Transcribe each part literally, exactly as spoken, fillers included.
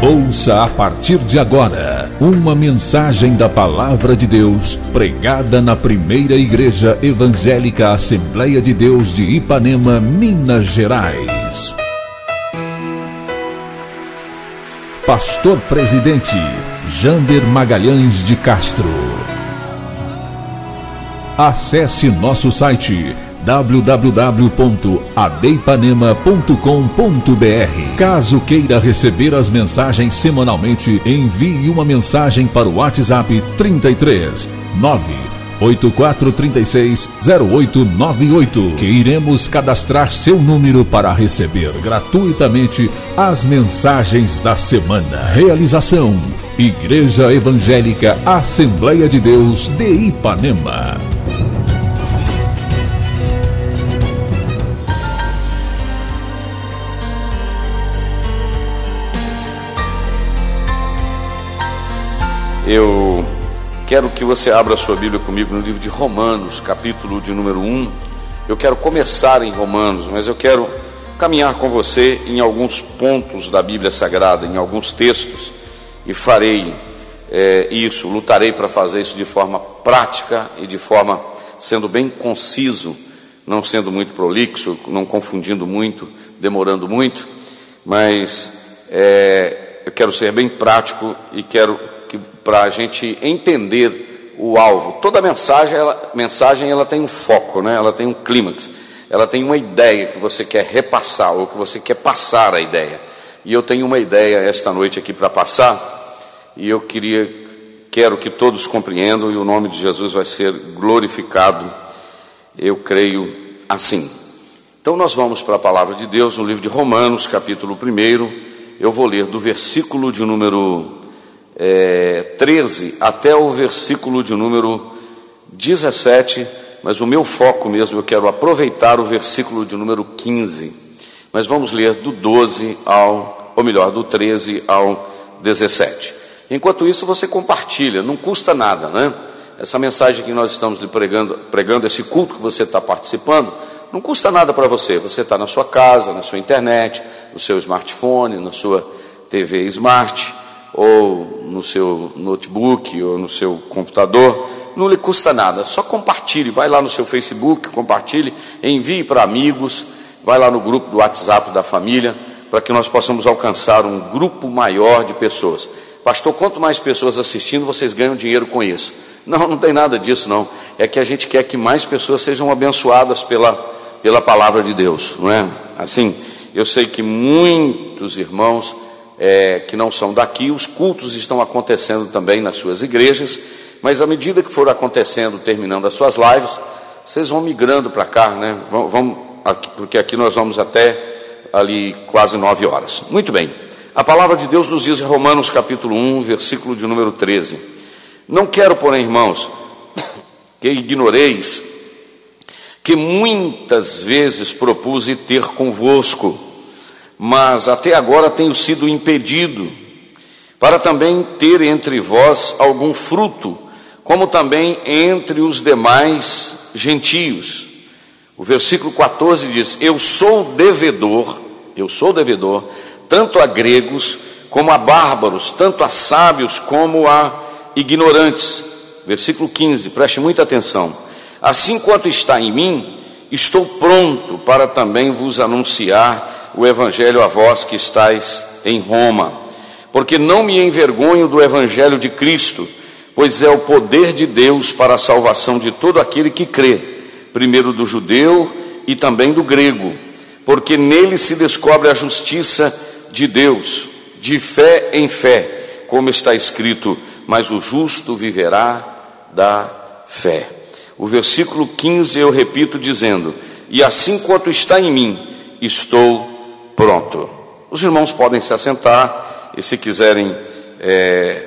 Ouça a partir de agora uma mensagem da Palavra de Deus pregada na primeira Igreja Evangélica Assembleia de Deus de Ipanema, Minas Gerais. Pastor Presidente Jander Magalhães de Castro. Acesse nosso site w w w ponto a d ipanema ponto com ponto b r. Caso queira receber as mensagens semanalmente, envie uma mensagem para o WhatsApp trinta e três, nove oito quatro três seis, zero oito nove oito, que iremos cadastrar seu número para receber gratuitamente as mensagens da semana. Realização: Igreja Evangélica Assembleia de Deus de Ipanema. Eu quero que você abra a sua Bíblia comigo no livro de Romanos, capítulo de número um. Eu quero começar em Romanos, mas eu quero caminhar com você em alguns pontos da Bíblia Sagrada, em alguns textos, e farei é, isso, lutarei para fazer isso de forma prática e de forma sendo bem conciso, não sendo muito prolixo, não confundindo muito, demorando muito, mas é, eu quero ser bem prático e quero para a gente entender o alvo. Toda mensagem, ela, mensagem ela tem um foco, né? Ela tem um clímax, ela tem uma ideia que você quer repassar, ou que você quer passar a ideia. E eu tenho uma ideia esta noite aqui para passar, e eu queria, quero que todos compreendam, e o nome de Jesus vai ser glorificado, eu creio assim. Então nós vamos para a palavra de Deus, no livro de Romanos, capítulo um, eu vou ler do versículo de número É, treze até o versículo de número dezessete, mas o meu foco mesmo, eu quero aproveitar o versículo de número quinze, mas vamos ler do doze ao, ou melhor, do treze ao dezessete. Enquanto isso, você compartilha, não custa nada, né? Essa mensagem que nós estamos lhe pregando, pregando, esse culto que você está participando, não custa nada para você. Você está na sua casa, na sua internet, no seu smartphone, na sua T V Smart, ou no seu notebook, ou no seu computador, não lhe custa nada, só compartilhe, vai lá no seu Facebook, compartilhe, envie para amigos, vai lá no grupo do WhatsApp da família, para que nós possamos alcançar um grupo maior de pessoas. Pastor, quanto mais pessoas assistindo, vocês ganham dinheiro com isso. Não, não tem nada disso não, é que a gente quer que mais pessoas sejam abençoadas pela, pela palavra de Deus, não é? Assim, eu sei que muitos irmãos É, que não são daqui, os cultos estão acontecendo também nas suas igrejas, mas à medida que for acontecendo, terminando as suas lives, vocês vão migrando para cá, né? Vão, vão, aqui, porque aqui nós vamos até ali quase nove horas. Muito bem, a palavra de Deus nos diz em Romanos capítulo um, versículo de número treze: não quero, porém, irmãos, que ignoreis que muitas vezes propus ir ter convosco, mas até agora tenho sido impedido, para também ter entre vós algum fruto, como também entre os demais gentios. O versículo quatorze diz: eu sou devedor, eu sou devedor, tanto a gregos como a bárbaros, tanto a sábios como a ignorantes. Versículo quinze, preste muita atenção: assim quanto está em mim, estou pronto para também vos anunciar o evangelho a vós que estáis em Roma, porque não me envergonho do evangelho de Cristo, pois é o poder de Deus para a salvação de todo aquele que crê, primeiro do judeu e também do grego, porque nele se descobre a justiça de Deus, de fé em fé, como está escrito: mas o justo viverá da fé. O versículo quinze eu repito dizendo: e assim quanto está em mim, estou pronto. Os irmãos podem se assentar e, se quiserem é,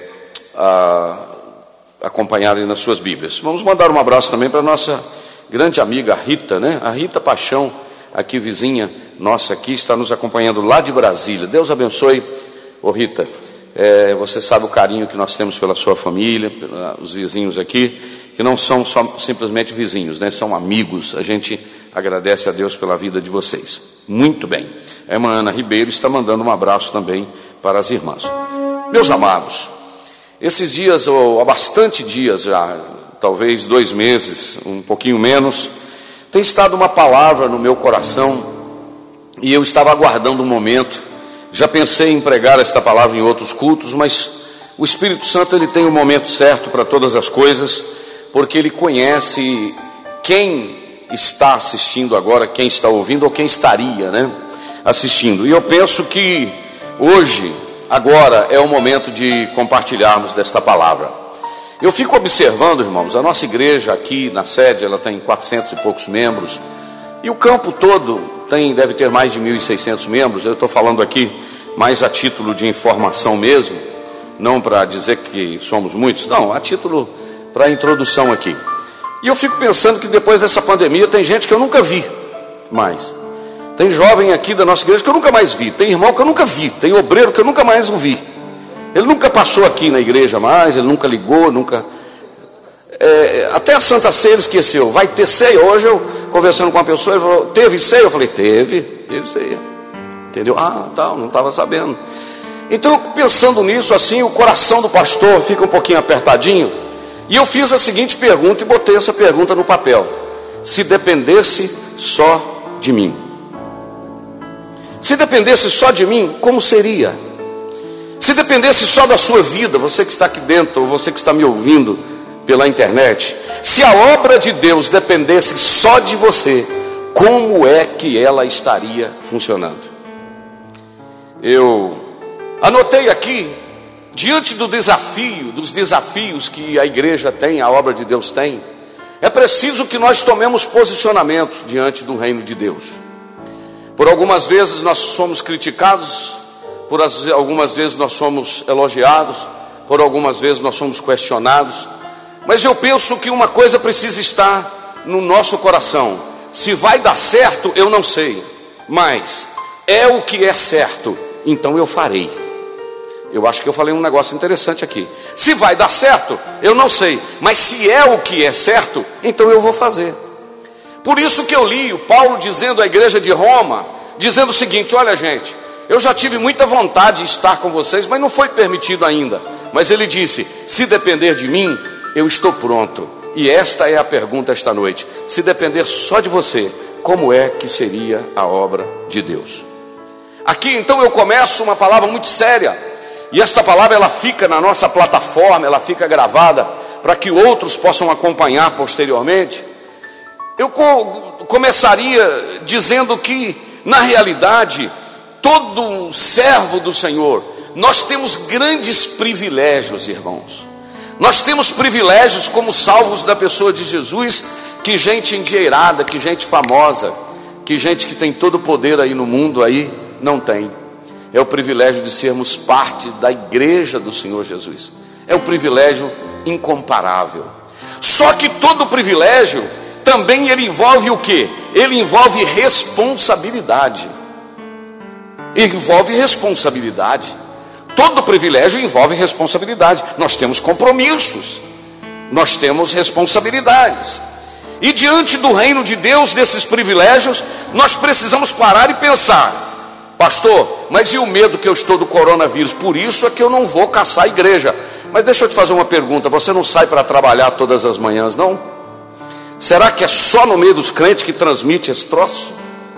a, acompanharem nas suas Bíblias. Vamos mandar um abraço também para a nossa grande amiga Rita, né? A Rita Paixão, aqui vizinha nossa aqui, está nos acompanhando lá de Brasília. Deus abençoe, ô Rita. É, você sabe o carinho que nós temos pela sua família, pelos vizinhos aqui, que não são só simplesmente vizinhos, né? São amigos. A gente agradece a Deus pela vida de vocês. Muito bem. A irmã Ana Ribeiro está mandando um abraço também para as irmãs. Meus amados, esses dias, ou há bastante dias já, talvez dois meses, um pouquinho menos, tem estado uma palavra no meu coração, e eu estava aguardando um momento. Já pensei em pregar esta palavra em outros cultos, mas o Espírito Santo, ele tem o momento certo para todas as coisas, porque ele conhece quem está assistindo agora, quem está ouvindo, ou quem estaria, né, assistindo. E eu penso que hoje, agora, é o momento de compartilharmos desta palavra. Eu fico observando, irmãos, a nossa igreja aqui na sede, ela tem quatrocentos e poucos membros, e o campo todo tem, deve ter mais de mil e seiscentos membros. Eu estou falando aqui mais a título de informação mesmo, não para dizer que somos muitos, não, a título para introdução aqui. E eu fico pensando que depois dessa pandemia tem gente que eu nunca vi mais. Tem jovem aqui da nossa igreja que eu nunca mais vi, tem irmão que eu nunca vi, tem obreiro que eu nunca mais ouvi. Ele nunca passou aqui na igreja mais, ele nunca ligou, nunca... É, até a Santa Ceia ele esqueceu. Vai ter ceia? Hoje eu, conversando com uma pessoa, ele falou, teve ceia? Eu falei, teve, teve ceia. Entendeu? Ah, tal, não estava sabendo. Então, eu pensando nisso, assim, o coração do pastor fica um pouquinho apertadinho. E eu fiz a seguinte pergunta e botei essa pergunta no papel: se dependesse só de mim? Se dependesse só de mim, como seria? Se dependesse só da sua vida, você que está aqui dentro, ou você que está me ouvindo pela internet, se a obra de Deus dependesse só de você, como é que ela estaria funcionando? Eu anotei aqui, diante do desafio, dos desafios que a igreja tem, a obra de Deus tem, é preciso que nós tomemos posicionamento diante do reino de Deus. Por algumas vezes nós somos criticados, por as, algumas vezes nós somos elogiados, por algumas vezes nós somos questionados, mas eu penso que uma coisa precisa estar no nosso coração: se vai dar certo, eu não sei, mas é o que é certo, então eu farei. Eu acho que eu falei um negócio interessante aqui. Se vai dar certo, eu não sei, mas se é o que é certo, então eu vou fazer. Por isso que eu li o Paulo dizendo à igreja de Roma, dizendo o seguinte: olha, gente, eu já tive muita vontade de estar com vocês, mas não foi permitido ainda. Mas ele disse: se depender de mim, eu estou pronto. E esta é a pergunta esta noite: se depender só de você, como é que seria a obra de Deus? Aqui então eu começo uma palavra muito séria, e esta palavra ela fica na nossa plataforma, ela fica gravada para que outros possam acompanhar posteriormente. Eu co- começaria dizendo que, na realidade, todo servo do Senhor, nós temos grandes privilégios, irmãos. Nós temos privilégios como salvos da pessoa de Jesus, que gente endinheirada, que gente famosa, que gente que tem todo o poder aí no mundo aí não tem. É o privilégio de sermos parte da igreja do Senhor Jesus. É um privilégio incomparável. Só que todo privilégio também ele envolve o quê? Ele envolve responsabilidade. Envolve responsabilidade. Todo privilégio envolve responsabilidade. Nós temos compromissos, nós temos responsabilidades. E diante do reino de Deus, desses privilégios, nós precisamos parar e pensar: pastor, mas e o medo que eu estou do coronavírus? Por isso é que eu não vou caçar a igreja. Mas deixa eu te fazer uma pergunta: você não sai para trabalhar todas as manhãs, não? Será que é só no meio dos crentes que transmite esse troço?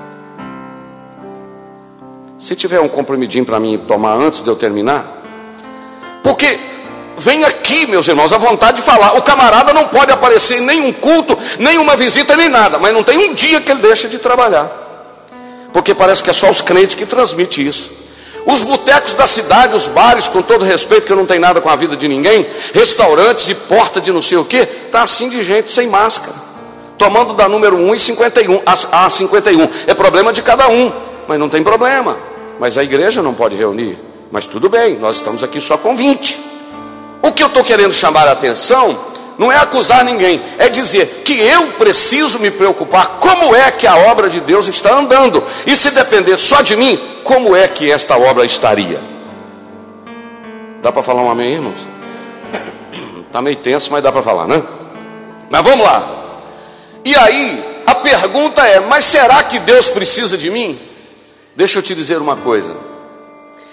Se tiver um comprimidinho para mim tomar antes de eu terminar, porque vem aqui, meus irmãos, a vontade de falar. O camarada não pode aparecer em nenhum culto, nenhuma visita, nem nada, mas não tem um dia que ele deixa de trabalhar, porque parece que é só os crentes que transmitem isso. Os botecos da cidade, os bares, com todo respeito, que eu não tenho nada com a vida de ninguém, restaurantes e porta de não sei o que, está assim de gente sem máscara, tomando da número um e cinquenta e um, a cinquenta e um. É problema de cada um, mas não tem problema. Mas a igreja não pode reunir. Mas tudo bem, nós estamos aqui só com vinte. O que eu estou querendo chamar a atenção não é acusar ninguém, é dizer que eu preciso me preocupar como é que a obra de Deus está andando. E se depender só de mim, como é que esta obra estaria? Dá para falar um amém, irmãos? Está meio tenso, mas dá para falar, né? Mas vamos lá. E aí, a pergunta é: mas será que Deus precisa de mim? Deixa eu te dizer uma coisa: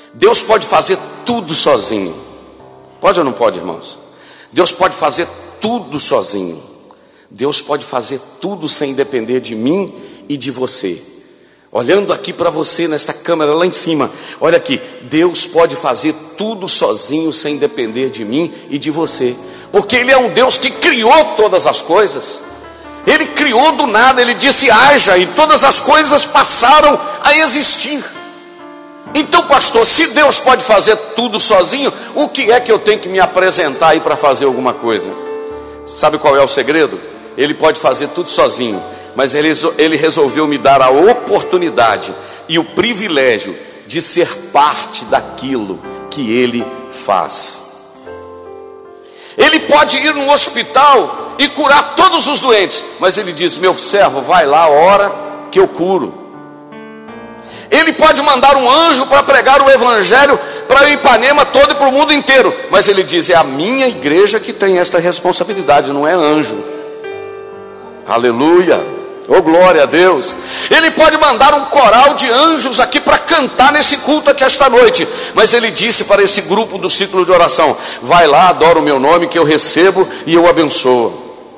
Deus pode fazer tudo sozinho. Pode ou não pode, irmãos? Deus pode fazer tudo sozinho. Deus pode fazer tudo sem depender de mim e de você. Olhando aqui para você nesta câmera lá em cima, olha aqui, Deus pode fazer tudo sozinho sem depender de mim e de você, porque Ele é um Deus que criou todas as coisas. Ele criou do nada, Ele disse haja, e todas as coisas passaram a existir. Então, pastor, se Deus pode fazer tudo sozinho, o que é que eu tenho que me apresentar aí para fazer alguma coisa? Sabe qual é o segredo? Ele pode fazer tudo sozinho, mas ele, ele resolveu me dar a oportunidade e o privilégio de ser parte daquilo que Ele faz. Ele pode ir no hospital e curar todos os doentes, mas Ele diz: meu servo, vai lá, ora que eu curo. Ele pode mandar um anjo para pregar o evangelho para o Ipanema todo e para o mundo inteiro, mas Ele diz: é a minha igreja que tem esta responsabilidade, não é anjo. Aleluia. Oh, glória a Deus. Ele pode mandar um coral de anjos aqui para cantar nesse culto aqui esta noite, mas Ele disse para esse grupo do ciclo de oração: vai lá, adora o meu nome que eu recebo e eu abençoo.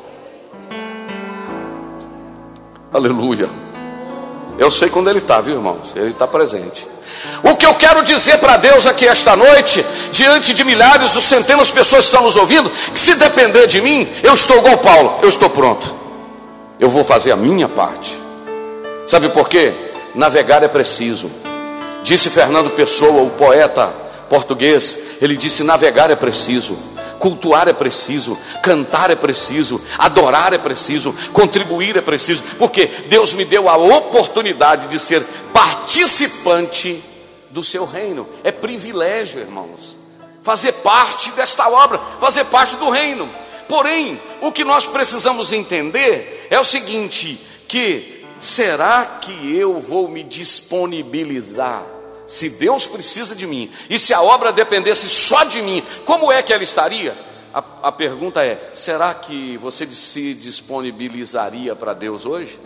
Aleluia. Eu sei quando Ele está, viu, irmãos? Ele está presente. O que eu quero dizer para Deus aqui esta noite, diante de milhares ou centenas de pessoas que estão nos ouvindo, que se depender de mim, eu estou igual Paulo, eu estou pronto. Eu vou fazer a minha parte. Sabe por quê? Navegar é preciso. Disse Fernando Pessoa, o poeta português. Ele disse: navegar é preciso, cultuar é preciso, cantar é preciso, adorar é preciso, contribuir é preciso. Porque Deus me deu a oportunidade de ser participante do seu reino. É privilégio, irmãos, fazer parte desta obra, fazer parte do reino. Porém, o que nós precisamos entender é o seguinte, que será que eu vou me disponibilizar? Se Deus precisa de mim, e se a obra dependesse só de mim, como é que ela estaria? A, a pergunta é: será que você se disponibilizaria para Deus hoje?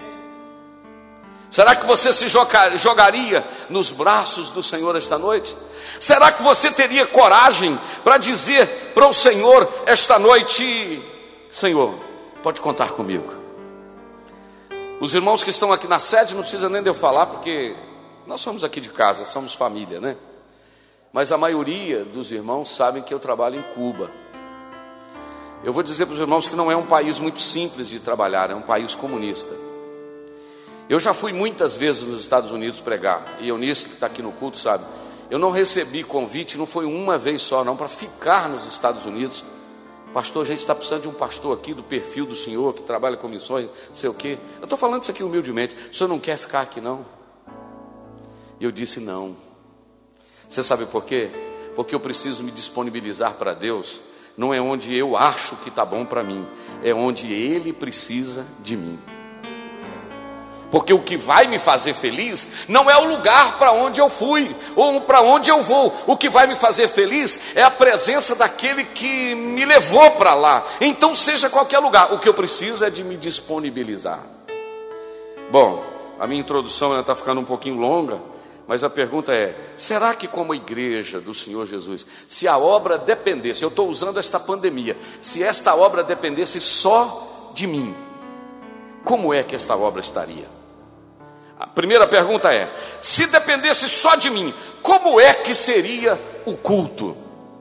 Será que você se joga, jogaria nos braços do Senhor esta noite? Será que você teria coragem para dizer para o Senhor esta noite: Senhor, pode contar comigo? Os irmãos que estão aqui na sede, não precisa nem de eu falar, porque nós somos aqui de casa, somos família, né? Mas a maioria dos irmãos sabem que eu trabalho em Cuba. Eu vou dizer para os irmãos que não é um país muito simples de trabalhar, é um país comunista. Eu já fui muitas vezes nos Estados Unidos pregar, e Eunice, que está aqui no culto, sabe. Eu não recebi convite, não foi uma vez só não, para ficar nos Estados Unidos. Pastor, a gente está precisando de um pastor aqui do perfil do senhor, que trabalha com missões, não sei o quê. Eu estou falando isso aqui humildemente. O senhor não quer ficar aqui não? E eu disse não. Você sabe por quê? Porque eu preciso me disponibilizar para Deus. Não é onde eu acho que está bom para mim, é onde Ele precisa de mim. Porque o que vai me fazer feliz não é o lugar para onde eu fui ou para onde eu vou. O que vai me fazer feliz é a presença daquele que me levou para lá. Então, seja qualquer lugar, o que eu preciso é de me disponibilizar. Bom, a minha introdução está ficando um pouquinho longa, mas a pergunta é: será que como igreja do Senhor Jesus, se a obra dependesse, eu estou usando esta pandemia, se esta obra dependesse só de mim, como é que esta obra estaria? A primeira pergunta é: se dependesse só de mim, como é que seria o culto?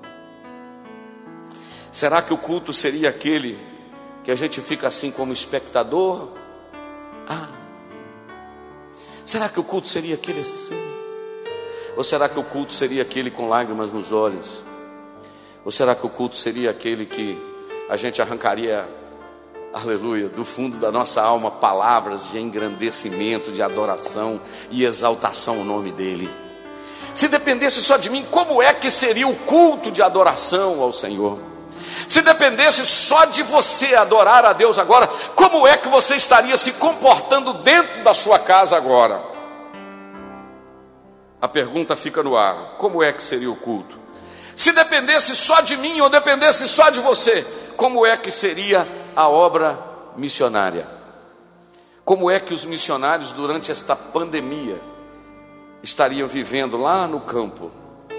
Será que o culto seria aquele que a gente fica assim como espectador? Ah, será que o culto seria aquele assim? Ou será que o culto seria aquele com lágrimas nos olhos? Ou será que o culto seria aquele que a gente arrancaria, aleluia, do fundo da nossa alma palavras de engrandecimento, de adoração e exaltação ao nome dEle? Se dependesse só de mim, como é que seria o culto de adoração ao Senhor? Se dependesse só de você adorar a Deus agora, como é que você estaria se comportando dentro da sua casa agora? A pergunta fica no ar: como é que seria o culto? Se dependesse só de mim ou dependesse só de você, como é que seria a obra missionária? Como é que os missionários durante esta pandemia estariam vivendo lá no campo,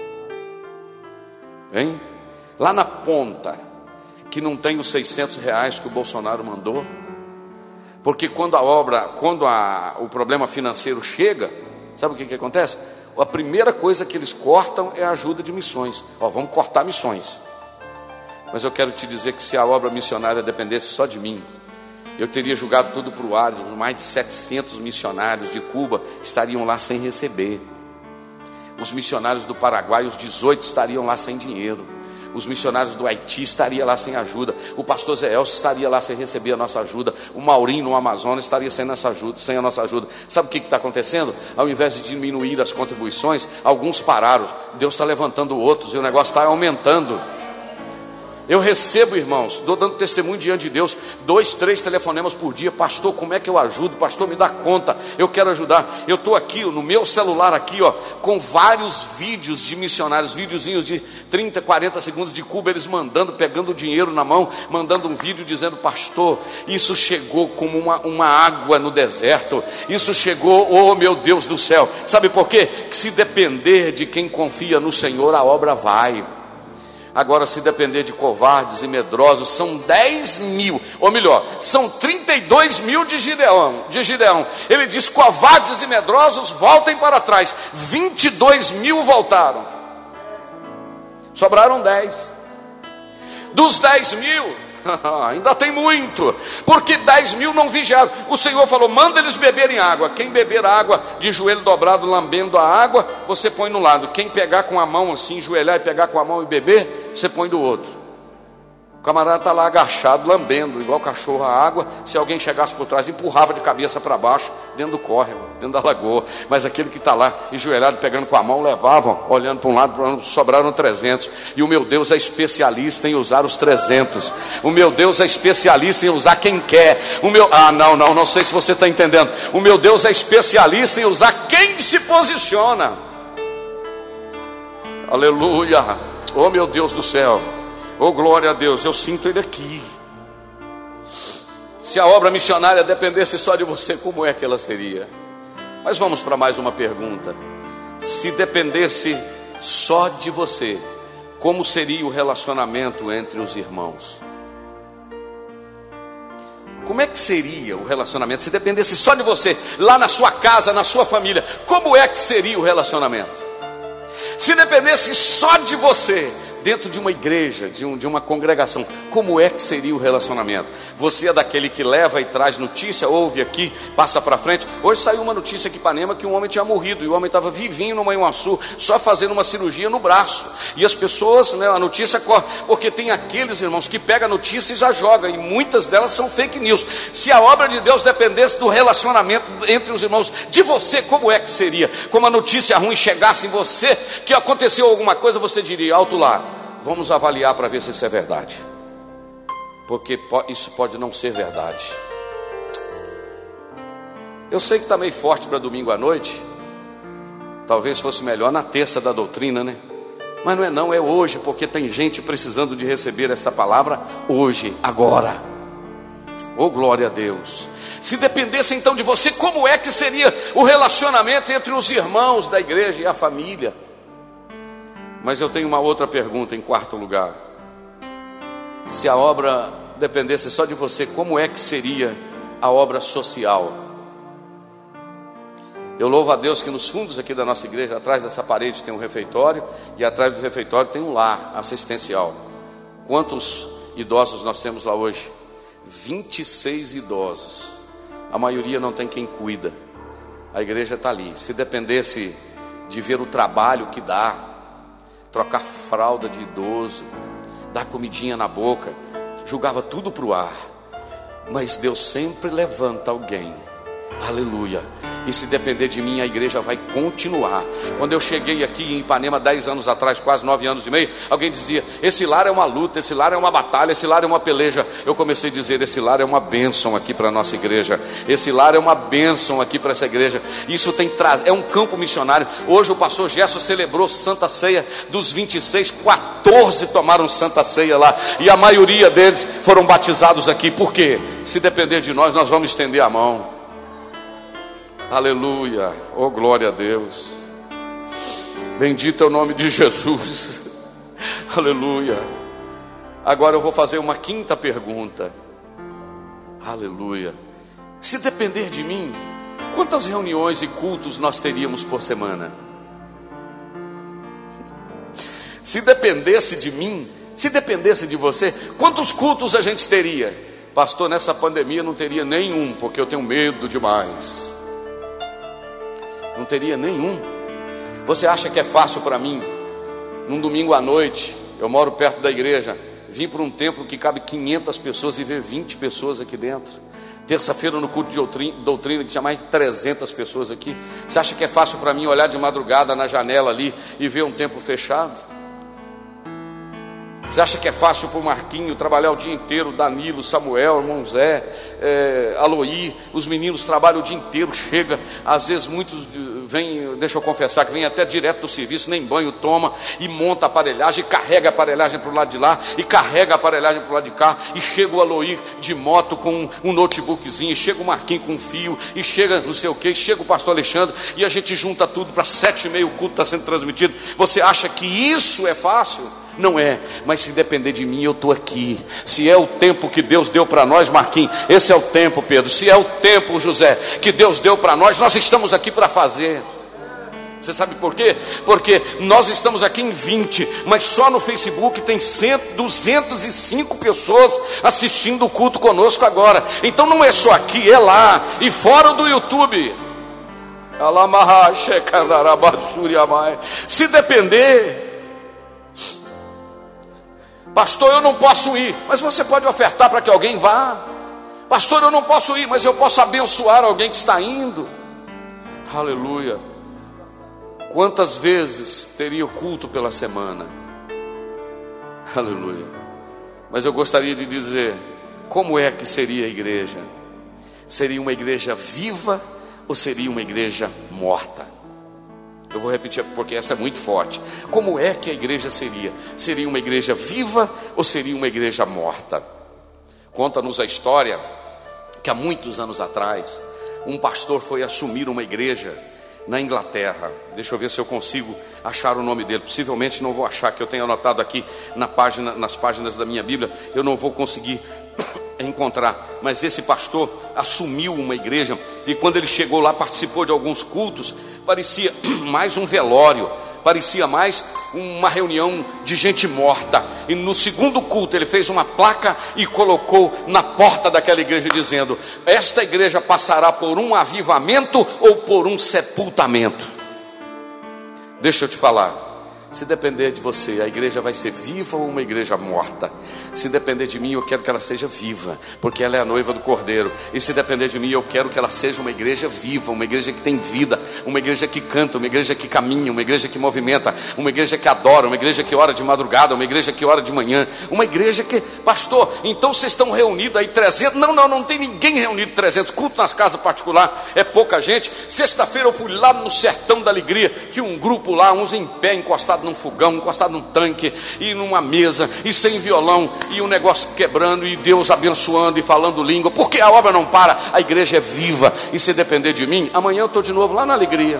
hein? Lá na ponta, que não tem os seiscentos reais que o Bolsonaro mandou? Porque quando a obra, quando a, o problema financeiro chega, sabe o que, que acontece? A primeira coisa que eles cortam é a ajuda de missões. Ó, vamos cortar missões. Mas eu quero te dizer que se a obra missionária dependesse só de mim, eu teria jogado tudo para o ar. Os mais de setecentos missionários de Cuba estariam lá sem receber. Os missionários do Paraguai, os dezoito, estariam lá sem dinheiro. Os missionários do Haiti estariam lá sem ajuda. O pastor Zé Elcio estaria lá sem receber a nossa ajuda. O Maurinho no Amazonas estaria sem, nossa ajuda, sem a nossa ajuda. Sabe o que está acontecendo? Ao invés de diminuir as contribuições, alguns pararam. Deus está levantando outros e o negócio está aumentando. Eu recebo, irmãos, estou dando testemunho diante de Deus, dois, três telefonemas por dia. Pastor, como é que eu ajudo? Pastor, me dá conta, eu quero ajudar. Eu estou aqui, no meu celular aqui, ó, com vários vídeos de missionários, videozinhos de trinta, quarenta segundos de Cuba, eles mandando, pegando o dinheiro na mão, mandando um vídeo dizendo: pastor, isso chegou como uma, uma água no deserto, isso chegou, oh meu Deus do céu. Sabe por quê? Que se depender de quem confia no Senhor, a obra vai. Agora, se depender de covardes e medrosos, são dez mil, ou melhor, são trinta e dois mil de Gideão, de Gideão. Ele diz: covardes e medrosos, voltem para trás. vinte e dois mil voltaram, sobraram dez. Dos dez mil, ainda tem muito, porque dez mil não vigiaram. O Senhor falou: manda eles beberem água. Quem beber água de joelho dobrado, lambendo a água, você põe no lado. Quem pegar com a mão assim, joelhar e pegar com a mão e beber, você põe do outro. O camarada está lá agachado, lambendo, igual cachorro a água. Se alguém chegasse por trás, empurrava de cabeça para baixo, dentro do córrego, dentro da lagoa. Mas aquele que está lá, enjoelhado, pegando com a mão, levavam, olhando para um lado, para o outro, sobraram trezentos. E o meu Deus é especialista em usar os trezentos. O meu Deus é especialista em usar quem quer. O meu... Ah, não, não, não sei se você está entendendo. O meu Deus é especialista em usar quem se posiciona. Aleluia. Oh, meu Deus do céu. Oh, glória a Deus, eu sinto Ele aqui. Se a obra missionária dependesse só de você, como é que ela seria? Mas vamos para mais uma pergunta. Se dependesse só de você, como seria o relacionamento entre os irmãos? Como é que seria o relacionamento se dependesse só de você, lá na sua casa, na sua família? Como é que seria o relacionamento? Se dependesse só de você, dentro de uma igreja, de, um, de uma congregação, como é que seria o relacionamento? Você é daquele que leva e traz notícia, ouve aqui, passa para frente. Hoje saiu uma notícia aqui em Ipanema que um homem tinha morrido, e o homem estava vivinho no Manhuaçu, só fazendo uma cirurgia no braço. E as pessoas, né, a notícia corre, porque tem aqueles irmãos que pegam a notícia e já jogam, e muitas delas são fake news. Se a obra de Deus dependesse do relacionamento entre os irmãos, de você, como é que seria? Como a notícia ruim chegasse em você, que aconteceu alguma coisa, você diria: alto lá, vamos avaliar para ver se isso é verdade, porque isso pode não ser verdade. Eu sei que está meio forte para domingo à noite, talvez fosse melhor na terça da doutrina, né? Mas não é não, é hoje, porque tem gente precisando de receber esta palavra hoje, agora. Oh, glória a Deus. Se dependesse então de você, como é que seria o relacionamento entre os irmãos da igreja e a família? Mas eu tenho uma outra pergunta em quarto lugar. Se a obra dependesse só de você, como é que seria a obra social? Eu louvo a Deus que nos fundos aqui da nossa igreja, atrás dessa parede tem um refeitório, e atrás do refeitório tem um lar assistencial. Quantos idosos nós temos lá hoje? vinte e seis idosos. A maioria não tem quem cuida. A igreja está ali. Se dependesse de ver o trabalho que dá, trocar fralda de idoso, dar comidinha na boca, jogava tudo para o ar. Mas Deus sempre levanta alguém, aleluia. E se depender de mim, a igreja vai continuar. Quando eu cheguei aqui em Ipanema dez anos atrás, quase nove anos e meio, alguém dizia: esse lar é uma luta, esse lar é uma batalha, esse lar é uma peleja. Eu comecei a dizer: esse lar é uma bênção aqui para a nossa igreja. Esse lar é uma bênção aqui para essa igreja. Isso tem tra... é um campo missionário. Hoje o pastor Gerson celebrou Santa Ceia. Dos vinte e seis, quatorze tomaram Santa Ceia lá, e a maioria deles foram batizados aqui. Por quê? Se depender de nós, nós vamos estender a mão. Aleluia, oh glória a Deus. Bendito é o nome de Jesus. Aleluia. Agora eu vou fazer uma quinta pergunta. Aleluia. Se depender de mim, quantas reuniões e cultos nós teríamos por semana? Se dependesse de mim, se dependesse de você, quantos cultos a gente teria? Pastor, nessa pandemia não teria nenhum, porque eu tenho medo demais. Não teria nenhum. Você acha que é fácil para mim, num domingo à noite, eu moro perto da igreja, vim para um templo que cabe quinhentas pessoas e ver vinte pessoas aqui dentro? Terça-feira no culto de doutrina, doutrina que tinha mais de trezentas pessoas aqui. Você acha que é fácil para mim olhar de madrugada na janela ali e ver um templo fechado? Você acha que é fácil para o Marquinho trabalhar o dia inteiro? Danilo, Samuel, irmão Zé, é, Aloí, os meninos trabalham o dia inteiro. Chega, às vezes muitos vêm, deixa eu confessar, que vem até direto do serviço, nem banho toma, e monta a aparelhagem, e carrega a aparelhagem para o lado de lá, e carrega a aparelhagem para o lado de cá, e chega o Aloí de moto com um, um notebookzinho, e chega o Marquinho com um fio, e chega não sei o que, chega o pastor Alexandre, e a gente junta tudo para sete e meia, o culto está sendo transmitido. Você acha que isso é fácil? Não é, mas se depender de mim, eu estou aqui. Se é o tempo que Deus deu para nós, Marquinhos, esse é o tempo, Pedro. Se é o tempo, José, que Deus deu para nós, nós estamos aqui para fazer. Você sabe por quê? Porque nós estamos aqui em vinte, mas só no Facebook tem cem, duzentas e cinco pessoas assistindo o culto conosco agora. Então não é só aqui, é lá e fora do YouTube. Se depender, pastor, eu não posso ir, mas você pode ofertar para que alguém vá. Pastor, eu não posso ir, mas eu posso abençoar alguém que está indo. Aleluia. Quantas vezes teria o culto pela semana? Aleluia. Mas eu gostaria de dizer, como é que seria a igreja? Seria uma igreja viva ou seria uma igreja morta? Eu vou repetir porque essa é muito forte. Como é que a igreja seria? Seria uma igreja viva ou seria uma igreja morta? Conta-nos a história que há muitos anos atrás, um pastor foi assumir uma igreja na Inglaterra. Deixa eu ver se eu consigo achar o nome dele. Possivelmente não vou achar, que eu tenho anotado aqui na página, nas páginas da minha Bíblia. Eu não vou conseguir encontrar, mas esse pastor assumiu uma igreja, e quando ele chegou lá, participou de alguns cultos, parecia mais um velório, parecia mais uma reunião de gente morta. E no segundo culto ele fez uma placa e colocou na porta daquela igreja dizendo: esta igreja passará por um avivamento ou por um sepultamento. Deixa eu te falar, se depender de você, a igreja vai ser viva ou uma igreja morta? Se depender de mim, eu quero que ela seja viva, porque ela é a noiva do Cordeiro. E se depender de mim, eu quero que ela seja uma igreja viva, uma igreja que tem vida, uma igreja que canta, uma igreja que caminha, uma igreja que movimenta, uma igreja que adora, uma igreja que ora de madrugada, uma igreja que ora de manhã, uma igreja que... Pastor, então vocês estão reunidos aí trezentos? Não, não, não tem ninguém reunido trezentos. Culto nas casas particulares é pouca gente. Sexta-feira eu fui lá no Sertão da Alegria, tinha um grupo lá, uns em pé, encostados num fogão, encostado num tanque e numa mesa, e sem violão, e o negócio quebrando, e Deus abençoando e falando língua, porque a obra não para, a igreja é viva. E se depender de mim, amanhã eu estou de novo lá na Alegria.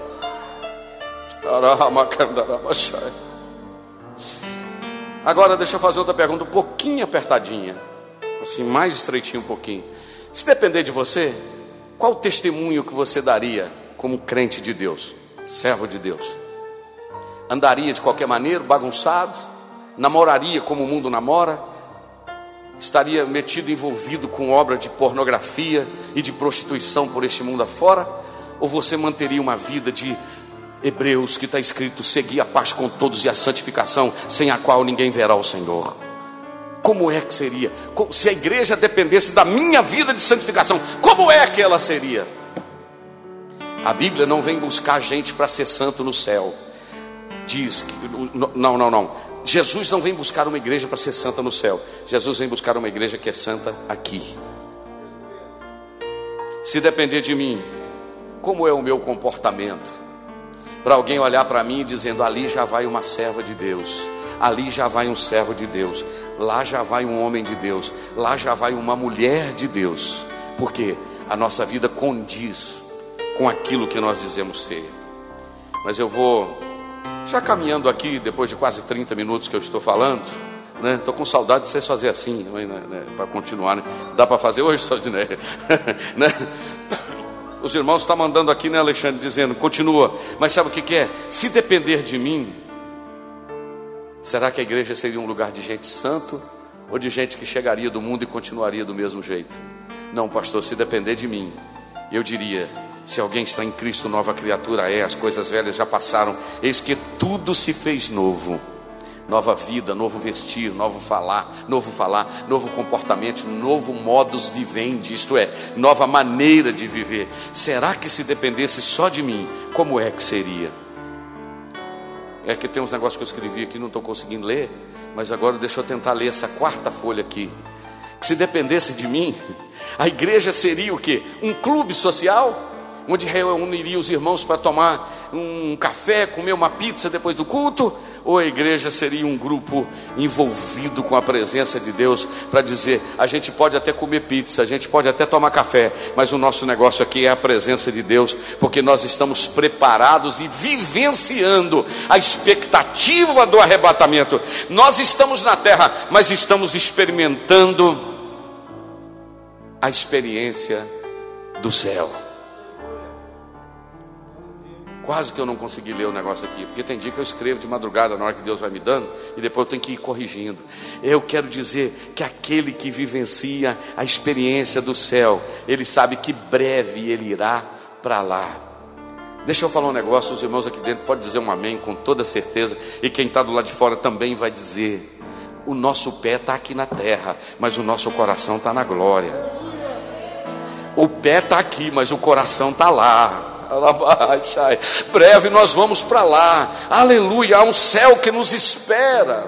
Agora deixa eu fazer outra pergunta, um pouquinho apertadinha, assim, mais estreitinho um pouquinho. Se depender de você, qual o testemunho que você daria como crente de Deus, servo de Deus? Andaria de qualquer maneira, bagunçado? Namoraria como o mundo namora? Estaria metido, envolvido com obra de pornografia e de prostituição por este mundo afora? Ou você manteria uma vida de Hebreus, que está escrito: seguir a paz com todos e a santificação, sem a qual ninguém verá o Senhor? Como é que seria? Se a igreja dependesse da minha vida de santificação, como é que ela seria? A Bíblia não vem buscar gente para ser santo no céu. Diz que, não, não, não. Jesus não vem buscar uma igreja para ser santa no céu. Jesus vem buscar uma igreja que é santa aqui. Se depender de mim, como é o meu comportamento? Para alguém olhar para mim dizendo: ali já vai uma serva de Deus, ali já vai um servo de Deus, lá já vai um homem de Deus, lá já vai uma mulher de Deus. Porque a nossa vida condiz com aquilo que nós dizemos ser. Mas eu vou Já caminhando aqui, depois de quase trinta minutos que eu estou falando, né? Estou com saudade de vocês fazerem assim, né? Né? Para continuar, né? Dá para fazer hoje, Saldinéia? Né? Os irmãos estão mandando aqui, né, Alexandre, dizendo, continua, mas sabe o que, que é? Se depender de mim, será que a igreja seria um lugar de gente santo ou de gente que chegaria do mundo e continuaria do mesmo jeito? Não, pastor, se depender de mim, eu diria, se alguém está em Cristo, nova criatura é, as coisas velhas já passaram, eis que tudo se fez novo. Nova vida, novo vestir, novo falar, novo falar, novo comportamento, novo modus vivendi, isto é, nova maneira de viver. Será que se dependesse só de mim, como é que seria? É que tem uns negócios que eu escrevi aqui, não estou conseguindo ler, mas agora deixa eu tentar ler essa quarta folha aqui. Se dependesse de mim, a igreja seria o quê? Um clube social, onde reuniria os irmãos para tomar um café, comer uma pizza depois do culto? Ou a igreja seria um grupo envolvido com a presença de Deus para dizer, a gente pode até comer pizza, a gente pode até tomar café, mas o nosso negócio aqui é a presença de Deus, porque nós estamos preparados e vivenciando a expectativa do arrebatamento. Nós estamos na terra, mas estamos experimentando a experiência do céu. Quase que eu não consegui ler o negócio aqui, porque tem dia que eu escrevo de madrugada na hora que Deus vai me dando, e depois eu tenho que ir corrigindo. Eu quero dizer que aquele que vivencia a experiência do céu, ele sabe que breve ele irá para lá. Deixa eu falar um negócio, os irmãos aqui dentro podem dizer um amém com toda certeza, e quem está do lado de fora também vai dizer. O nosso pé está aqui na terra, mas o nosso coração está na glória. O pé está aqui, mas o coração está lá. Breve nós vamos para lá, aleluia, há um céu que nos espera.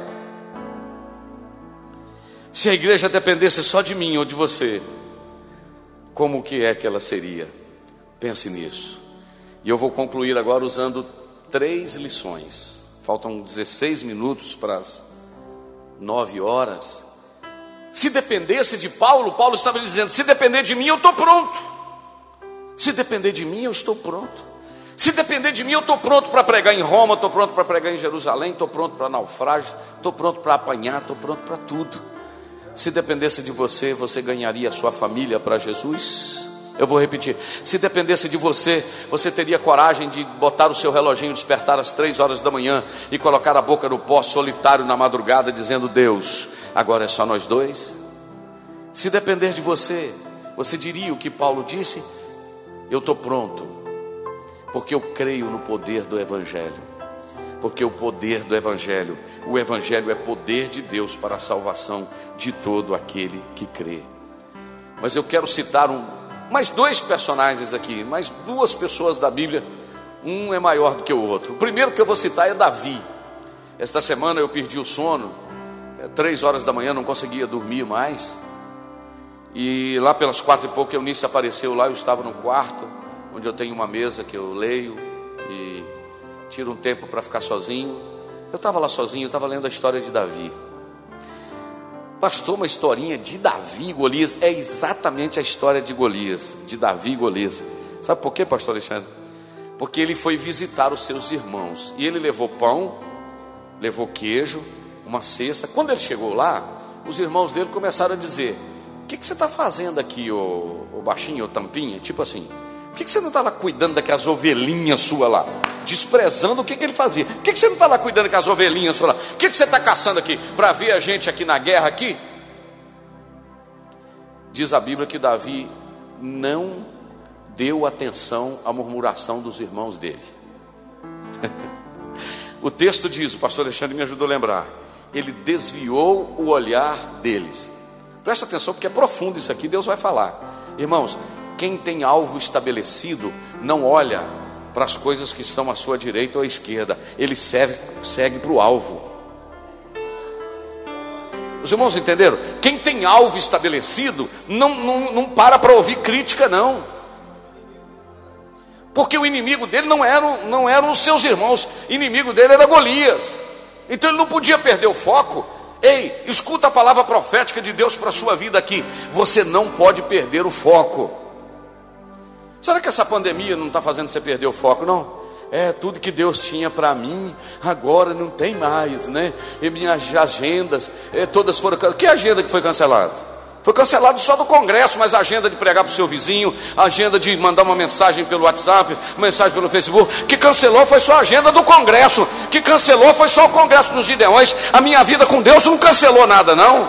Se a igreja dependesse só de mim ou de você, como que é que ela seria? Pense nisso. E eu vou concluir agora usando três lições. Faltam dezesseis minutos para as nove horas. Se dependesse de Paulo, Paulo estava dizendo, se depender de mim eu estou pronto. Se depender de mim, eu estou pronto. Se depender de mim, eu estou pronto para pregar em Roma, estou pronto para pregar em Jerusalém, estou pronto para naufrágio, estou pronto para apanhar, estou pronto para tudo. Se dependesse de você, você ganharia a sua família para Jesus? Eu vou repetir. Se dependesse de você, você teria coragem de botar o seu reloginho, despertar às três horas da manhã e colocar a boca no pó solitário na madrugada, dizendo, Deus, agora é só nós dois? Se depender de você, você diria o que Paulo disse? Eu estou pronto, porque eu creio no poder do Evangelho, porque o poder do Evangelho, o Evangelho é poder de Deus para a salvação de todo aquele que crê. Mas eu quero citar um, mais dois personagens aqui, mais duas pessoas da Bíblia, um é maior do que o outro. O primeiro que eu vou citar é Davi. Esta semana eu perdi o sono, três horas da manhã não conseguia dormir mais. E lá pelas quatro e pouco, Eunice apareceu lá, eu estava no quarto, onde eu tenho uma mesa que eu leio e tiro um tempo para ficar sozinho. Eu estava lá sozinho, eu estava lendo a história de Davi. Pastor, uma historinha de Davi e Golias, é exatamente a história de Golias, de Davi e Golias. Sabe por quê, pastor Alexandre? Porque ele foi visitar os seus irmãos, e ele levou pão, levou queijo, uma cesta. Quando ele chegou lá, os irmãos dele começaram a dizer, o que, que você está fazendo aqui, ô, ô baixinho, ô tampinha? Tipo assim, por que, que você não está lá cuidando daquelas ovelhinhas suas lá? Desprezando o que, que ele fazia. Por que, que você não está lá cuidando daquelas ovelhinhas suas lá? O que, que você está caçando aqui? Para ver a gente aqui na guerra aqui? Diz a Bíblia que Davi não deu atenção à murmuração dos irmãos dele. O texto diz, o pastor Alexandre me ajudou a lembrar, ele desviou o olhar deles. Presta atenção porque é profundo isso aqui, Deus vai falar. Irmãos, quem tem alvo estabelecido não olha para as coisas que estão à sua direita ou à esquerda, ele segue, segue para o alvo. Os irmãos entenderam? Quem tem alvo estabelecido não, não, não para para ouvir crítica não, porque o inimigo dele não eram, não eram os seus irmãos, o inimigo dele era Golias, então ele não podia perder o foco. Ei, escuta a palavra profética de Deus para a sua vida aqui. Você não pode perder o foco. Será que essa pandemia não está fazendo você perder o foco, não? É, tudo que Deus tinha para mim, agora não tem mais, né? E minhas agendas, é, todas foram canceladas. Que agenda que foi cancelada? Foi cancelado só do Congresso, mas a agenda de pregar para o seu vizinho, a agenda de mandar uma mensagem pelo WhatsApp, uma mensagem pelo Facebook, que cancelou foi só a agenda do Congresso, que cancelou foi só o Congresso dos Gideões. A minha vida com Deus não cancelou nada, não.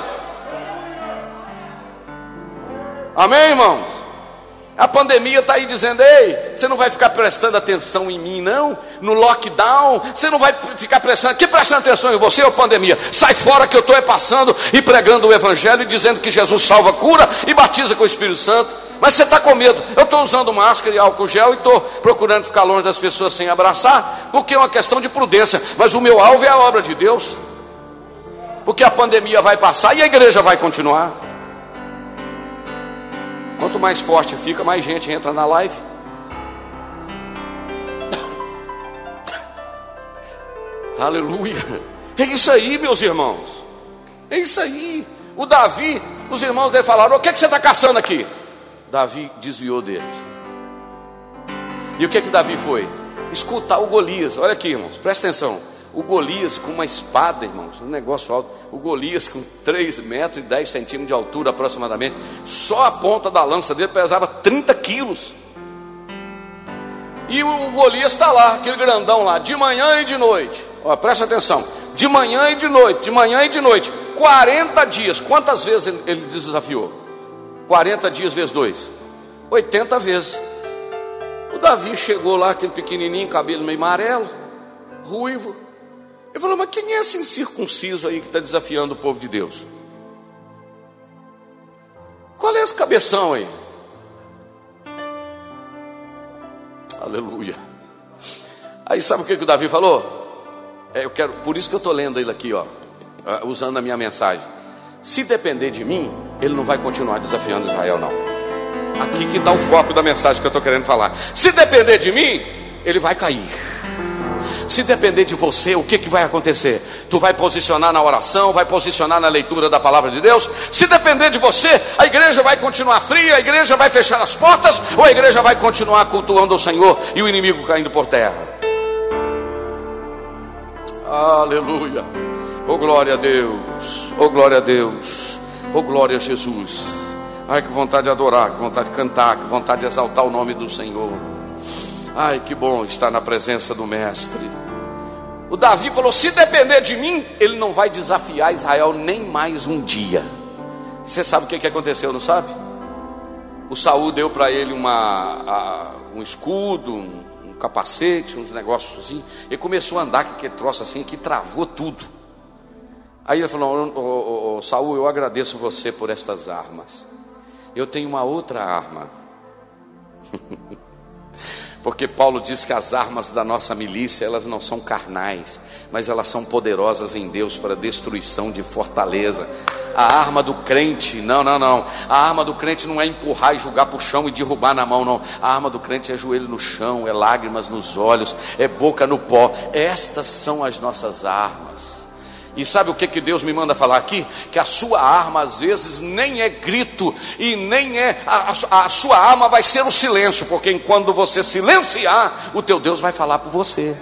Amém, irmãos? A pandemia está aí dizendo: ei, você não vai ficar prestando atenção em mim, não? No lockdown, você não vai ficar prestando, que prestando atenção em você, ô pandemia? Sai fora que eu estou passando e pregando o Evangelho, dizendo que Jesus salva, cura e batiza com o Espírito Santo. Mas você está com medo. Eu estou usando máscara e álcool gel e estou procurando ficar longe das pessoas sem abraçar, porque é uma questão de prudência. Mas o meu alvo é a obra de Deus, porque a pandemia vai passar e a igreja vai continuar. Quanto mais forte fica, mais gente entra na live. Aleluia. É isso aí, meus irmãos. É isso aí. O Davi, os irmãos dele falaram: o que, é que você está caçando aqui? Davi desviou deles. E o que, é que Davi foi? Escutar o Golias. Olha aqui, irmãos, presta atenção. O Golias com uma espada, irmãos, um negócio alto. O Golias com três metros e dez centímetros de altura aproximadamente. Só a ponta da lança dele pesava trinta quilos. E o Golias está lá, aquele grandão lá, de manhã e de noite. Ó, presta atenção. De manhã e de noite, de manhã e de noite. quarenta dias. Quantas vezes ele, ele desafiou? quarenta dias vezes dois. oitenta vezes. O Davi chegou lá, aquele pequenininho, cabelo meio amarelo, ruivo. Ele falou: mas quem é esse incircunciso aí que está desafiando o povo de Deus? Qual é esse cabeção aí? Aleluia. Aí sabe o que, que o Davi falou? É, eu quero, por isso que eu estou lendo ele aqui, ó, usando a minha mensagem. Se depender de mim, ele não vai continuar desafiando Israel, não. Aqui que está o foco da mensagem que eu estou querendo falar. Se depender de mim, ele vai cair. Se depender de você, o que, que vai acontecer? Tu vai posicionar na oração, vai posicionar na leitura da palavra de Deus. Se depender de você, a igreja vai continuar fria, a igreja vai fechar as portas, ou a igreja vai continuar cultuando o Senhor e o inimigo caindo por terra. Aleluia. Oh glória a Deus, oh glória a Deus, oh glória a Jesus. Ai, que vontade de adorar, que vontade de cantar, que vontade de exaltar o nome do Senhor. Ai, que bom estar na presença do Mestre. O Davi falou: se depender de mim, ele não vai desafiar Israel nem mais um dia. Você sabe o que, que aconteceu, não sabe? O Saul deu para ele uma, a, um escudo, um, um capacete, uns negócios assim. Ele começou a andar com aquele troço assim, que travou tudo. Aí ele falou: ô, ô, ô, Saul, eu agradeço você por estas armas. Eu tenho uma outra arma. Porque Paulo diz que as armas da nossa milícia, elas não são carnais, mas elas são poderosas em Deus para destruição de fortaleza. A arma do crente, não, não, não. A arma do crente não é empurrar e jogar para o chão e derrubar na mão, não. A arma do crente é joelho no chão, é lágrimas nos olhos, é boca no pó. Estas são as nossas armas. E sabe o que, que Deus me manda falar aqui? Que a sua arma às vezes nem é grito, e nem é, a, a, a sua arma vai ser o silêncio, porque quando você silenciar, o teu Deus vai falar por você.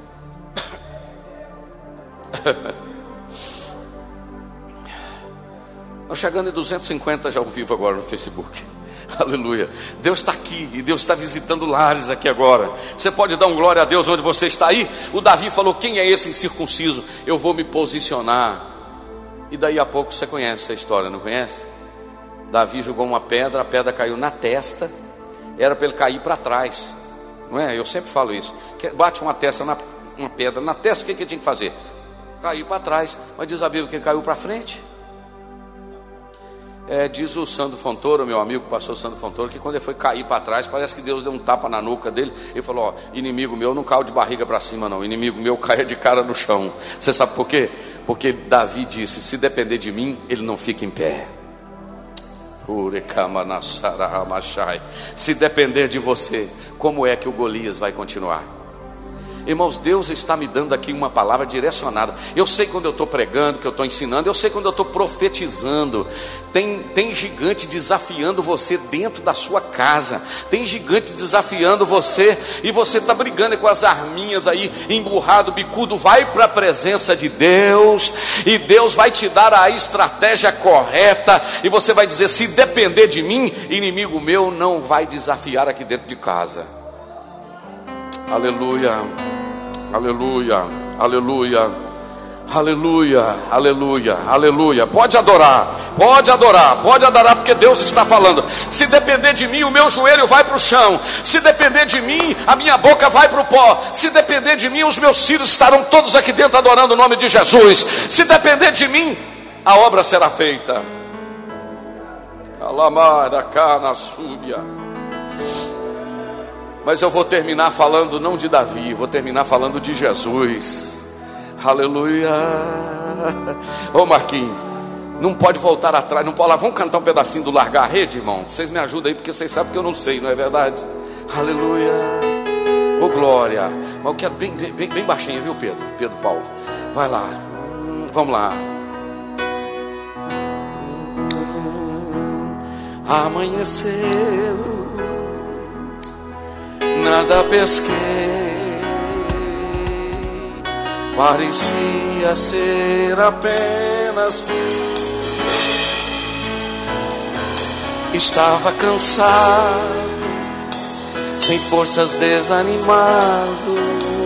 Estou chegando em duzentos e cinquenta já ao vivo agora no Facebook. Aleluia. Deus está aqui e Deus está visitando lares aqui agora. Você pode dar um glória a Deus onde você está aí? O Davi falou: quem é esse incircunciso? Eu vou me posicionar. E daí a pouco você conhece a história, não conhece? Davi jogou uma pedra, a pedra caiu na testa. Era para ele cair para trás, não é? Eu sempre falo isso. Bate uma testa na, uma pedra na testa, o que, que ele tinha que fazer? Cair para trás. Mas diz a Bíblia que ele caiu para frente. É, diz o Sandro Fontoura, meu amigo, o pastor Sandro Fontoura, que quando ele foi cair para trás, parece que Deus deu um tapa na nuca dele. Ele falou: ó, inimigo meu não caiu de barriga para cima não, inimigo meu caia de cara no chão. Você sabe por quê? Porque Davi disse: se depender de mim, ele não fica em pé. Se depender de você, como é que o Golias vai continuar? Irmãos, Deus está me dando aqui uma palavra direcionada. Eu sei quando eu estou pregando, que eu estou ensinando. Eu sei quando eu estou profetizando. Tem, tem gigante desafiando você dentro da sua casa. Tem gigante desafiando você. E você está brigando com as arminhas aí, emburrado, bicudo. Vai para a presença de Deus. E Deus vai te dar a estratégia correta. E você vai dizer, se depender de mim, inimigo meu não vai desafiar aqui dentro de casa. Aleluia. Aleluia, aleluia, aleluia, aleluia, aleluia. Pode adorar, pode adorar, pode adorar, porque Deus está falando. Se depender de mim, o meu joelho vai para o chão. Se depender de mim, a minha boca vai para o pó. Se depender de mim, os meus filhos estarão todos aqui dentro adorando o nome de Jesus. Se depender de mim, a obra será feita. Alamara cana súbia. Mas eu vou terminar falando não de Davi, vou terminar falando de Jesus. Aleluia. Ô Marquinhos, não pode voltar atrás, não pode lá. Vamos cantar um pedacinho do Largar a Rede, irmão? Vocês me ajudam aí, porque vocês sabem que eu não sei, não é verdade? Aleluia. Ô glória. Mas eu quero bem, bem, bem baixinho, viu, Pedro? Pedro Paulo. Vai lá. Vamos lá. Amanheceu, nada pesquei, parecia ser apenas mim. Estava cansado, sem forças, desanimado.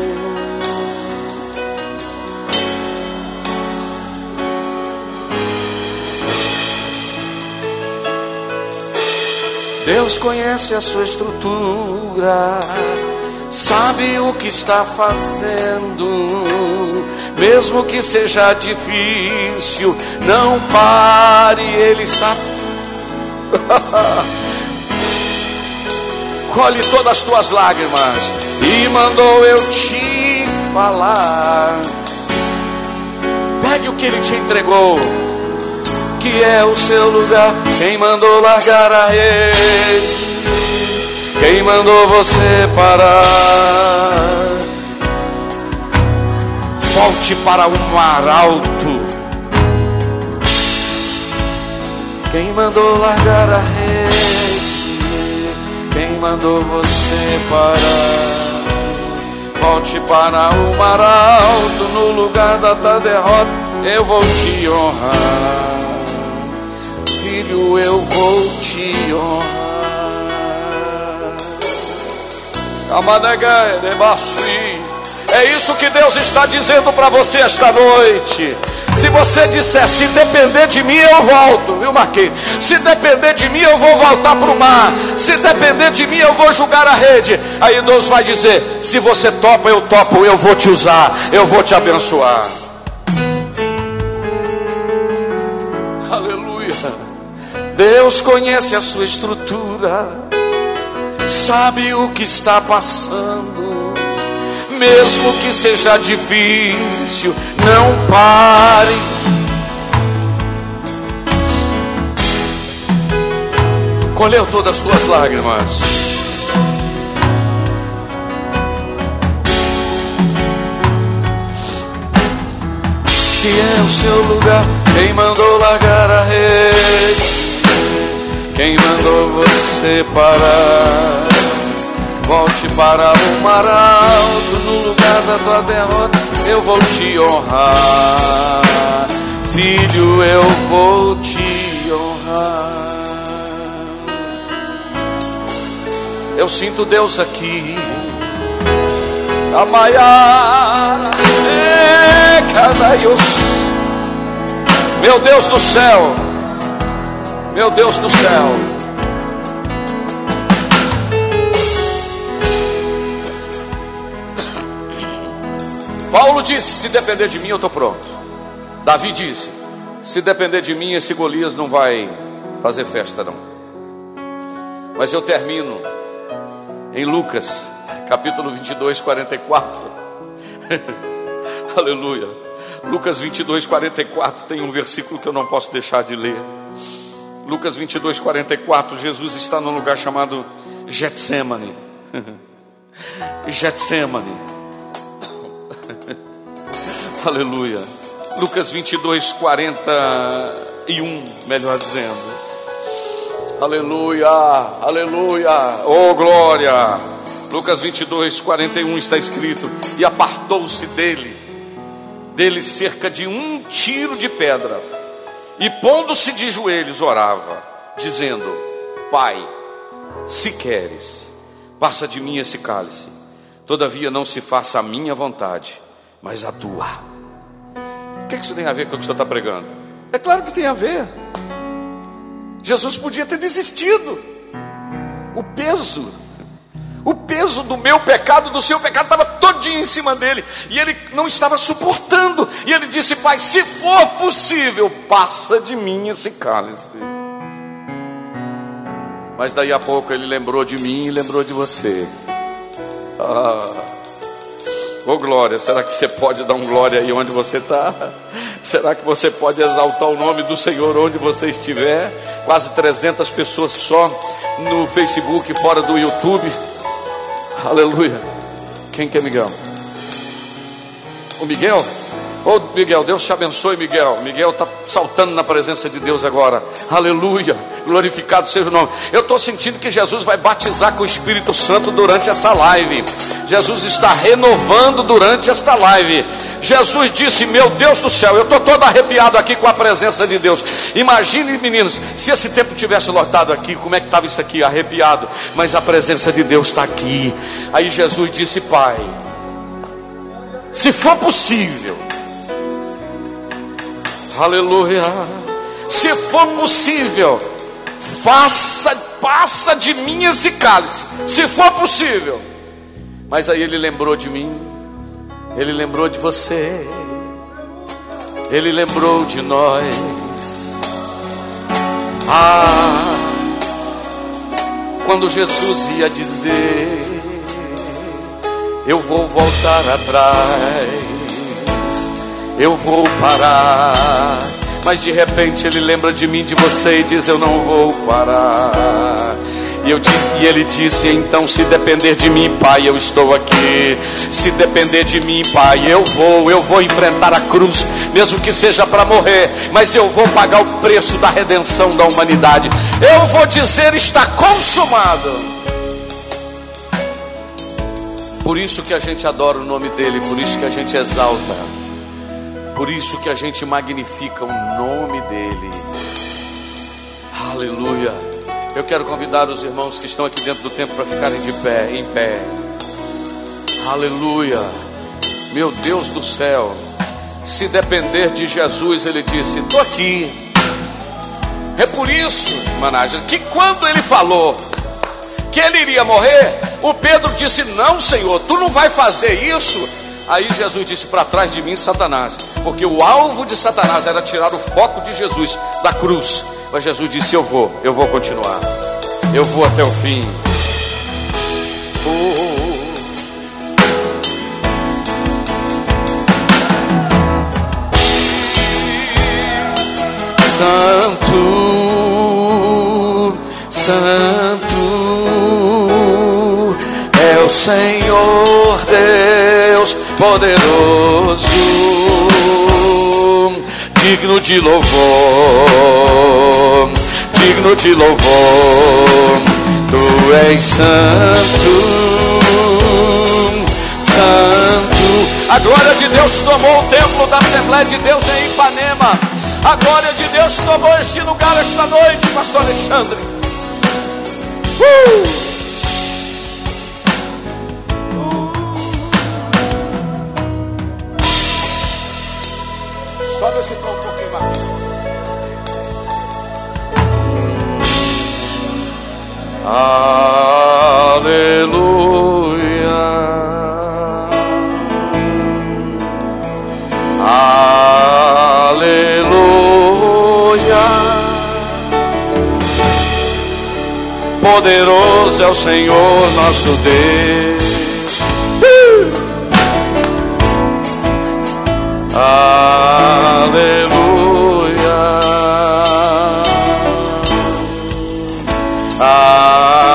Deus conhece a sua estrutura, sabe o que está fazendo. Mesmo que seja difícil, não pare, Ele está. Colhe todas as tuas lágrimas e mandou eu te falar. Pegue o que Ele te entregou, que é o seu lugar. Quem mandou largar a rede? Quem mandou você parar? Volte para o mar alto. Quem mandou largar a rede? Quem mandou você parar? Volte para o mar alto. No lugar da tua derrota eu vou te honrar. Filho, eu vou te honrar. É isso que Deus está dizendo para você esta noite. Se você disser, se depender de mim eu volto, viu, Marquinhos? Se depender de mim eu vou voltar para o mar. Se depender de mim eu vou jogar a rede. Aí Deus vai dizer, se você topa, eu topo. Eu vou te usar, eu vou te abençoar. Aleluia. Deus conhece a sua estrutura, sabe o que está passando. Mesmo que seja difícil, não pare. Colheu todas as tuas lágrimas. Que é o seu lugar. Quem mandou largar a rede? Quem mandou você parar? Volte para o mar alto. No lugar da tua derrota eu vou te honrar. Filho, eu vou te honrar. Eu sinto Deus aqui. Amaiara, meu Deus do céu, meu Deus do céu. Paulo disse, se depender de mim eu estou pronto. Davi disse, se depender de mim esse Golias não vai fazer festa não. Mas eu termino em Lucas capítulo vinte e dois, quarenta e quatro. Aleluia. Lucas vinte e dois, quarenta e quatro tem um versículo que eu não posso deixar de ler. Lucas vinte e dois, quarenta e quatro. Jesus está num lugar chamado Getsemane. Getsemane. Aleluia. Lucas vinte e dois, quarenta e um, melhor dizendo. Aleluia, aleluia, oh glória. Lucas vinte e dois, quarenta e um está escrito: e apartou-se dele, dele cerca de um tiro de pedra, e pondo-se de joelhos orava, dizendo: Pai, se queres, passa de mim esse cálice, todavia não se faça a minha vontade, mas a tua. O que isso tem a ver com o que o senhor está pregando? É claro que tem a ver. Jesus podia ter desistido. O peso, o peso do meu pecado, do seu pecado, estava todinho em cima dele, e ele não estava suportando. E ele disse: Pai, se for possível, passa de mim esse cálice. Mas daí a pouco ele lembrou de mim e lembrou de você. Ah, oh glória, será que você pode dar um glória aí onde você está? Será que você pode exaltar o nome do Senhor onde você estiver? Quase trezentas pessoas só no Facebook, fora do YouTube. Aleluia. Quem que é Miguel? O Miguel? Ô oh, Miguel, Deus te abençoe, Miguel. Miguel está saltando na presença de Deus agora. Aleluia, glorificado seja o nome. Eu estou sentindo que Jesus vai batizar com o Espírito Santo durante essa live. Jesus está renovando durante esta live. Jesus disse: meu Deus do céu, eu estou todo arrepiado aqui com a presença de Deus. Imagine, meninos, se esse tempo tivesse lotado aqui, como é que estava isso aqui, arrepiado. Mas a presença de Deus está aqui. Aí Jesus disse: Pai, se for possível, aleluia, se for possível, faça, passa de mim esse cálice, se for possível. Mas aí ele lembrou de mim, ele lembrou de você, ele lembrou de nós. Ah, quando Jesus ia dizer: eu vou voltar atrás, eu vou parar. Mas de repente ele lembra de mim, de você, e diz: eu não vou parar. E, eu disse, e ele disse: então se depender de mim, Pai, eu estou aqui. Se depender de mim, Pai, eu vou, eu vou enfrentar a cruz, mesmo que seja para morrer, mas eu vou pagar o preço da redenção da humanidade. Eu vou dizer: está consumado. Por isso que a gente adora o nome dele, por isso que a gente exalta, por isso que a gente magnifica o nome dele. Aleluia. Eu quero convidar os irmãos que estão aqui dentro do templo para ficarem de pé, em pé. Aleluia. Meu Deus do céu. Se depender de Jesus, ele disse: estou aqui. É por isso, managem, que quando ele falou que ele iria morrer, o Pedro disse: não, Senhor, tu não vai fazer isso. Aí Jesus disse: para trás de mim, Satanás. Porque o alvo de Satanás era tirar o foco de Jesus da cruz. Mas Jesus disse: eu vou, eu vou continuar, eu vou até o fim. Oh. Santo, Santo é o Senhor Deus poderoso, digno de louvor, digno de louvor. Tu és santo, santo. A glória de Deus tomou o templo da Assembleia de Deus em Ipanema. A glória de Deus tomou este lugar esta noite, pastor Alexandre. Uh! Sobe esse tom um pouquinho mais. Aleluia. Aleluia. Poderoso é o Senhor nosso Deus. Uh! Aleluia.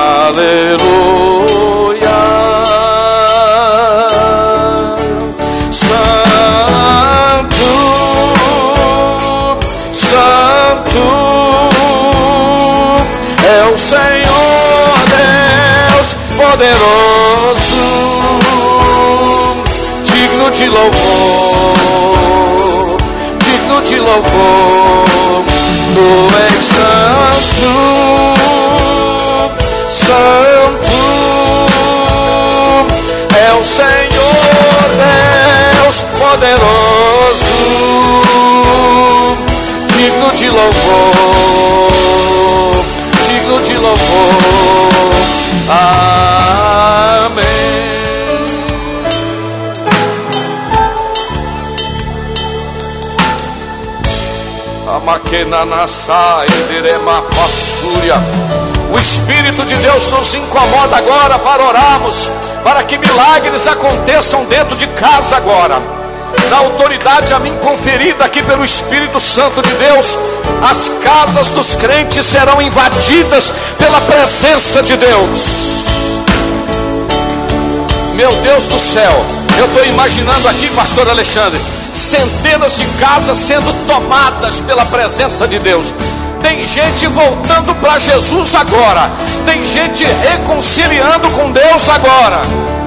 Aleluia. poderoso, digno de louvor, digno de louvor. Tu és santo, santo, é o Senhor Deus poderoso, digno de louvor, digno de louvor. Amém. O Espírito de Deus nos incomoda agora para orarmos, para que milagres aconteçam dentro de casa agora. Na autoridade a mim conferida aqui pelo Espírito Santo de Deus, as casas dos crentes serão invadidas pela presença de Deus. Meu Deus do céu, eu estou imaginando aqui, pastor Alexandre, centenas de casas sendo tomadas pela presença de Deus. Tem gente voltando para Jesus agora, tem gente reconciliando com Deus agora.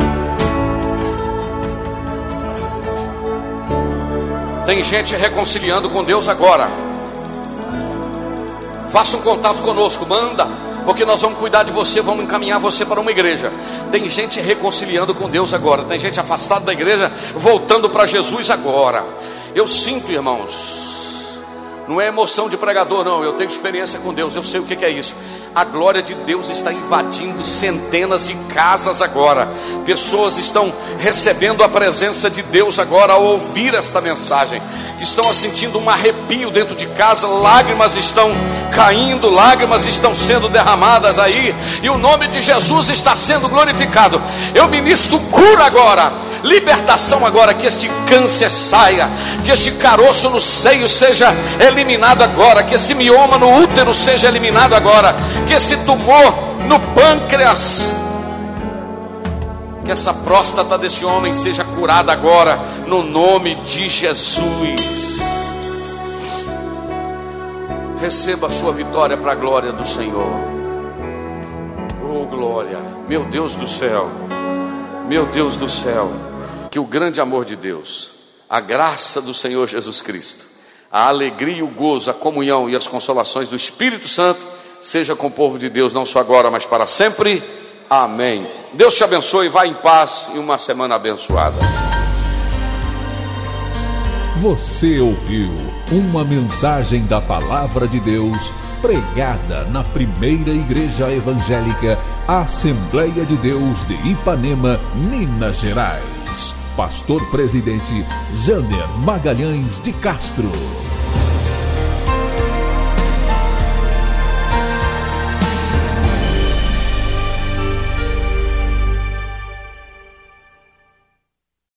Tem gente reconciliando com Deus agora. Faça um contato conosco, manda, porque nós vamos cuidar de você, vamos encaminhar você para uma igreja. Tem gente reconciliando com Deus agora. Tem gente afastada da igreja, voltando para Jesus agora. Eu sinto, irmãos, não é emoção de pregador não, eu tenho experiência com Deus, eu sei o que é isso. A glória de Deus está invadindo centenas de casas agora. Pessoas estão recebendo a presença de Deus agora ao ouvir esta mensagem. Estão sentindo um arrepio dentro de casa, lágrimas estão caindo, lágrimas estão sendo derramadas aí, e o nome de Jesus está sendo glorificado. Eu ministro cura agora, libertação agora, que este câncer saia, que este caroço no seio seja eliminado agora, que esse mioma no útero seja eliminado agora, que esse tumor no pâncreas, que essa próstata desse homem seja curada agora, no nome de Jesus. Receba a sua vitória para a glória do Senhor. Oh glória, meu Deus do céu, meu Deus do céu. Que o grande amor de Deus, a graça do Senhor Jesus Cristo, a alegria, o gozo, a comunhão e as consolações do Espírito Santo seja com o povo de Deus, não só agora, mas para sempre. Amém. Deus te abençoe, vá em paz e uma semana abençoada. Você ouviu uma mensagem da Palavra de Deus pregada na primeira igreja evangélica Assembleia de Deus de Ipanema, Minas Gerais. Pastor Presidente Jander Magalhães de Castro.